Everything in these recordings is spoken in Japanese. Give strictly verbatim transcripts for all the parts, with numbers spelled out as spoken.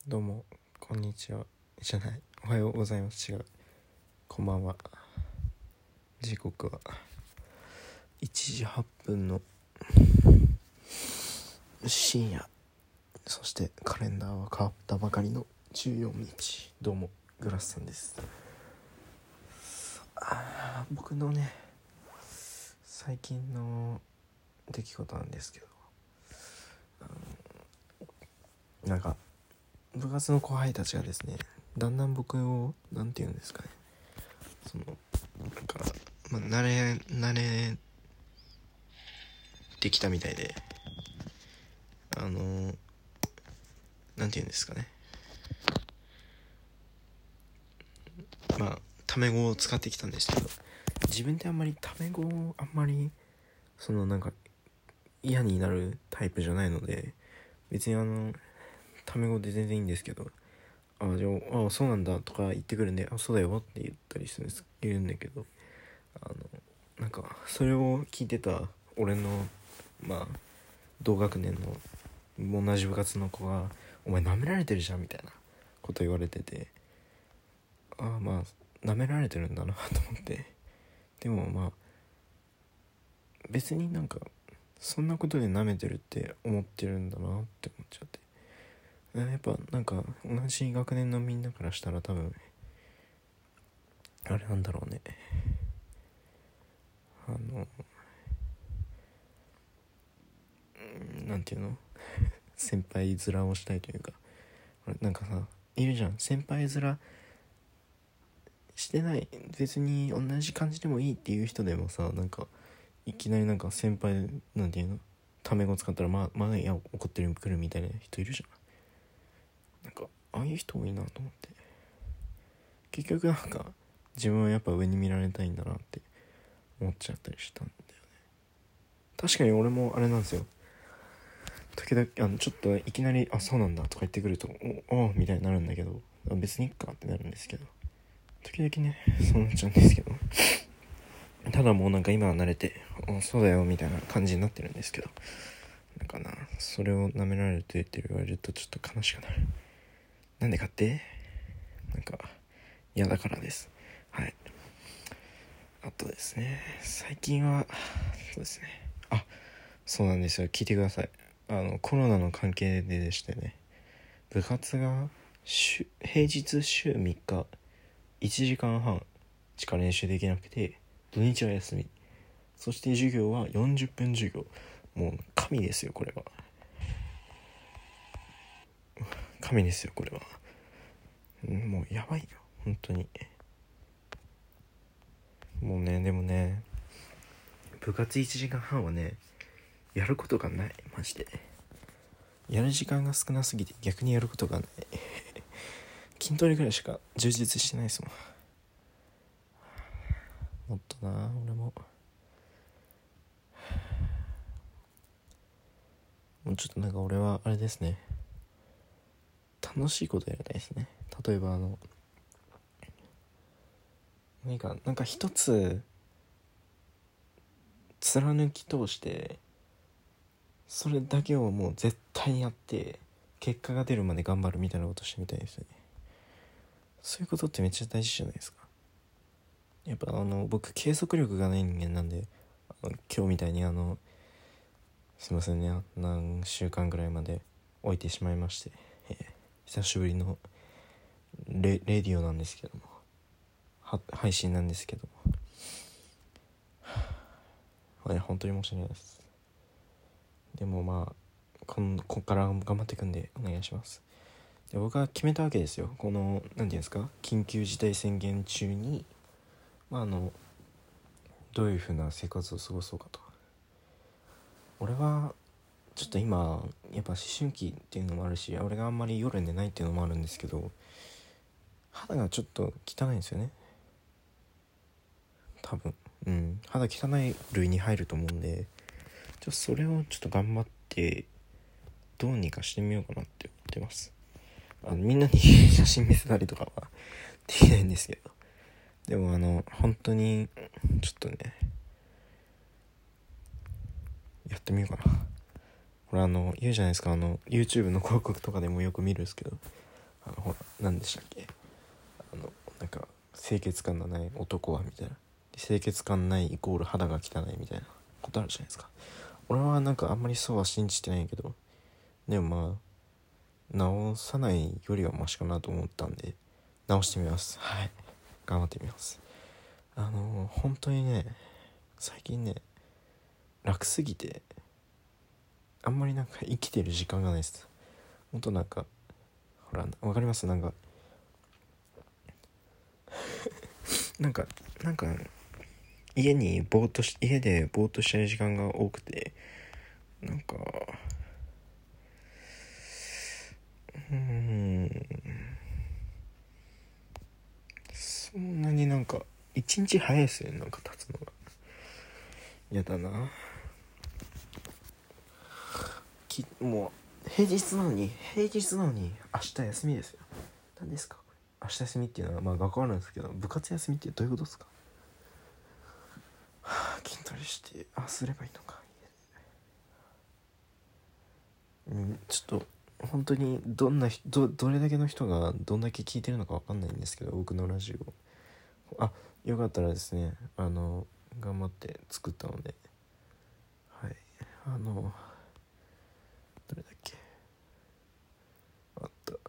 どうもこんにちはじゃないおはようございます。違う、こんばんは。時刻はいちじはっぷんの深夜、そしてカレンダーは変わったばかりのじゅうよっか。どうもグラスさんです。あ僕のね最近の出来事なんですけど、なんか部活の後輩たちがですね、だんだん僕をなんて言うんですかね、そのなんか、まあ、慣れ慣れてきたみたいで、あのー、なんて言うんですかね、まあタメ語を使ってきたんですけど、自分ってあんまりタメ語をあんまりそのなんか嫌になるタイプじゃないので、別にあのタメ語で全然いいんですけど、あじゃあ、あそうなんだとか言ってくるんで、あそうだよって言ったりするんです言うんだけど、あのなんかそれを聞いてた俺のまあ同学年の同じ部活の子が、お前舐められてるじゃんみたいなこと言われてて、ああまあ舐められてるんだなと思って、でもまあ別になんかそんなことで舐めてるって思ってるんだなって思っちゃって、やっぱなんか同じ学年のみんなからしたら多分あれなんだろうね、あのなんていうの先輩面をしたいというか、なんかさいるじゃん、先輩面してない、別に同じ感じでもいいっていう人でもさ、なんかいきなりなんか先輩なんていうのタメ語使ったらまあまあいや怒ってるくるみたいな人いるじゃん。なんかああいう人多いなと思って、結局なんか自分はやっぱ上に見られたいんだなって思っちゃったりしたんだよね。確かに俺もあれなんですよ、時々あのちょっといきなりあそうなんだとか言ってくるとおおみたいになるんだけど、別にいっかってなるんですけど、時々ねそうなっちゃうんですけど、ただもうなんか今は慣れてあそうだよみたいな感じになってるんですけど、なんかなそれを舐められると言って言われるとちょっと悲しくなる。なんでかってなんか嫌だからです。はい。あとですね、最近はそうですね、あそうなんですよ、聞いてください。あのコロナの関係ででしてね、部活が週平日週みっかいちじかんはんしか練習できなくて、土日は休み、そして授業はよんじゅっぷん授業。もう神ですよこれは、神ですよこれは。もうやばいよ本当に。もうね、でもね部活いちじかんはんはねやることがない、マジで。やる時間が少なすぎて逆にやることがない筋トレぐらいしか充実してないですもん。もっとな俺ももうちょっとなんか俺はあれですね、楽しいことやりたいですね。例えばあの何かなんか一つ貫き通してそれだけをもう絶対にやって結果が出るまで頑張るみたいなことしてみたいですよね。そういうことってめっちゃ大事じゃないですか。やっぱあの僕計測力がない人間なんで、あの今日みたいにあのすいませんね、何週間ぐらいまで置いてしまいまして、えー、久しぶりのレレディオなんですけども、は配信なんですけども、はい、本当に申し訳ないです。でもまあこんこっから頑張っていくんでお願いします。で僕は決めたわけですよ、この何て言うんですか、緊急事態宣言中に、まあ、あのどういう風な生活を過ごそうかと。俺はちょっと今やっぱ思春期っていうのもあるし、俺があんまり夜寝ないっていうのもあるんですけど、肌がちょっと汚いんですよね多分。うん肌汚い類に入ると思うんで、ちょそれをちょっと頑張ってどうにかしてみようかなって思ってます。あのみんなに写真見せたりとかはできないんですけど、でもあの本当にちょっとねやってみようかな。これあの言うじゃないですか、あの YouTube の広告とかでもよく見るんですけど、 あのほら何でしたっけ、あのなんか清潔感のない男はみたいな、清潔感ないイコール肌が汚いみたいなことあるじゃないですか。俺はなんかあんまりそうは信じてないけど、でもまあ直さないよりはマシかなと思ったんで直してみます。はい、頑張ってみます。あのー、本当にね最近ね楽すぎてあんまりなんか生きてる時間がないです。本当なんかほらわかります、なんかなんかなんか家にぼーっとし家でぼーっとしてる時間が多くて、なんかうーんそんなになんか一日早いですね、なんか経つのが嫌だな。きもう平日なのに平日なのに明日休みですよ。何ですかこれ、明日休みっていうのはまあ学校あるんですけど、部活休みってどういうことですか。はあ、筋トレしてあすればいいのか。うん、ちょっと本当にどんなどどれだけの人がどんだけ聞いてるのか分かんないんですけど、僕のラジオあよかったらですね、あの頑張って作ったので、はい、あのどれだっけあったえっ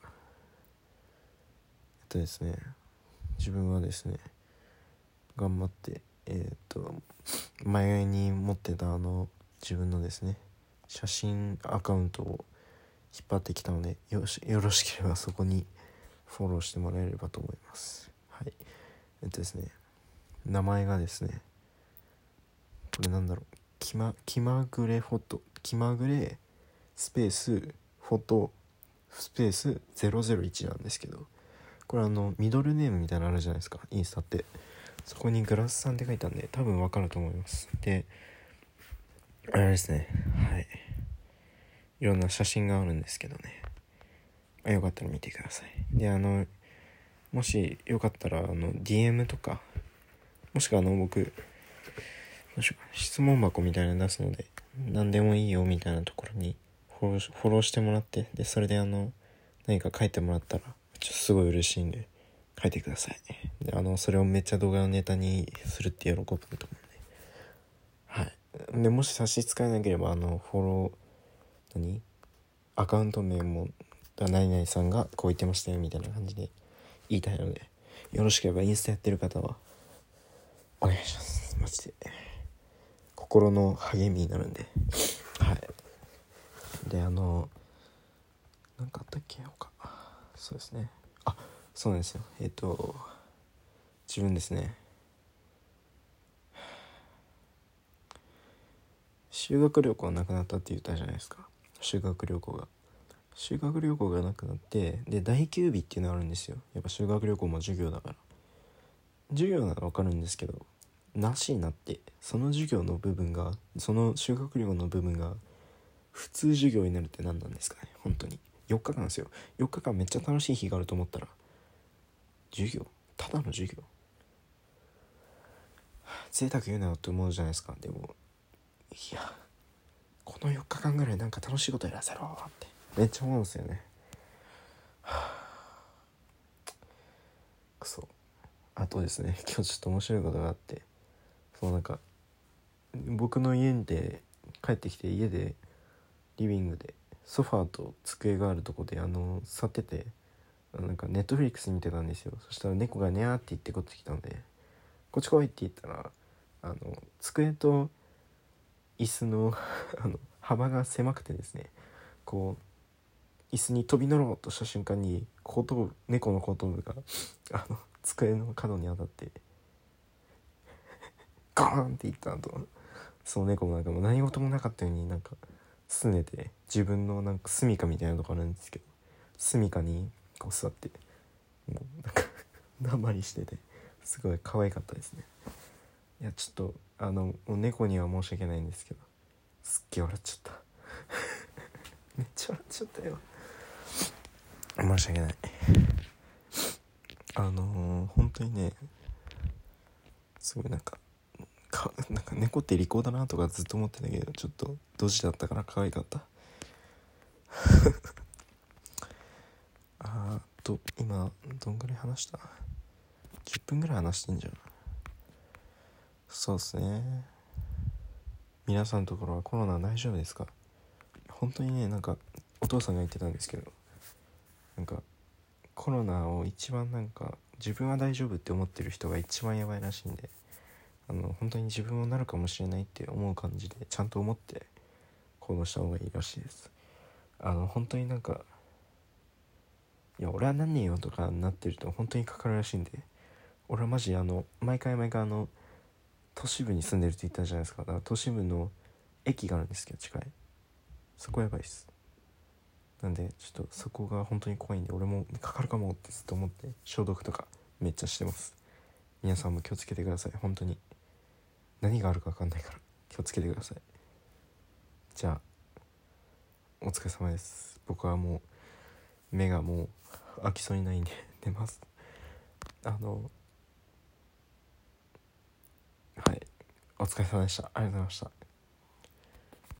とですね自分はですね頑張ってえー、っと前に持ってたあの自分のですね写真アカウントを引っ張ってきたので、よしよろしければそこにフォローしてもらえればと思います。はい、えっとですね名前がですねこれなんだろう、気ま気まぐれフォト気まぐれスペースフォトスペースゼロゼロいちなんですけど、これあのミドルネームみたいなのあるじゃないですか、インスタって。そこにグラスさんって書いたんで多分わかると思います。であれですね、はいいろんな写真があるんですけどね、あよかったら見てください。であのもしよかったらあの ディーエム とか、もしくはあの僕どうしようか質問箱みたいなの出すので何でもいいよみたいなところにフォロー、フォローしてもらって、でそれであの何か書いてもらったらちょっとすごい嬉しいんで書いてください。であのそれをめっちゃ動画のネタにするって喜ぶと思うんで、はいでもし差し支えなければあのフォロー何アカウント名も何々さんがこう言ってましたよみたいな感じで言いたいので、よろしければインスタやってる方はお願いします。マジで心の励みになるんで、はいであのなんかあったっけ他、そうですねあそうなんですよえっと自分ですね修学旅行なくなったって言ったじゃないですか。修学旅行が修学旅行がなくなって、で第きゅう日っていうのがあるんですよ。やっぱ修学旅行も授業だから、授業なら分かるんですけどなしになって、その授業の部分がその修学旅行の部分が普通授業になるって何なんですかね。本当によっかかんですよ。よっかかんめっちゃ楽しい日があると思ったら授業、ただの授業、贅沢言うなよって思うじゃないですか。でもいやこのよっかかんぐらいなんか楽しいことやらせろってめっちゃ思うんですよね。くそ。あとですね今日ちょっと面白いことがあって、そのなんか僕の家で帰ってきて、家でリビングでソファーと机があるとこであの座ってて、なんかネットフリックス見てたんですよ。そしたら猫がニャーって言ってこっち来たんで、こっち来いって言ったらあの机と椅子のあの幅が狭くてですね、こう椅子に飛び乗ろうとした瞬間に後頭部猫の後頭部があの机の角に当たってガーンっていった後、その猫もなんかもう何事もなかったようになんか拗ねて、自分のなんか住処みたいなとこあるんですけど、住処にこう座ってもうなんか黙りしててすごい可愛かったですね。いやちょっとあのもう猫には申し訳ないんですけどすっげえ笑っちゃっためっちゃ笑っちゃったよ、申し訳ない。あのー、本当にねすごいなんかかなんか猫って利口だなとかずっと思ってたけど、ちょっとドジだったから可愛かったあと今どんぐらい話した？じゅっぷんぐらい話してんじゃん。そうっすね。皆さんのところはコロナ大丈夫ですか？本当にね、なんかお父さんが言ってたんですけど、なんかコロナを一番なんか自分は大丈夫って思ってる人が一番やばいらしいんで、あの本当に自分もなるかもしれないって思う感じでちゃんと思って行動した方がいいらしいです。あの本当になんか、いや俺はなんねえよとかになってると本当にかかるらしいんで、俺はマジあの毎回毎回あの都市部に住んでるって言ったじゃないですか。だから都市部の駅があるんですけど近い、そこやばいっす。なんでちょっとそこが本当に怖いんで、俺もかかるかもってずっと思って消毒とかめっちゃしてます。皆さんも気をつけてください。本当に何があるか分かんないから気をつけてください。じゃあお疲れ様です。僕はもう目がもう開きそうにないんで寝ます。あのはい、お疲れ様でした。ありがとうございました。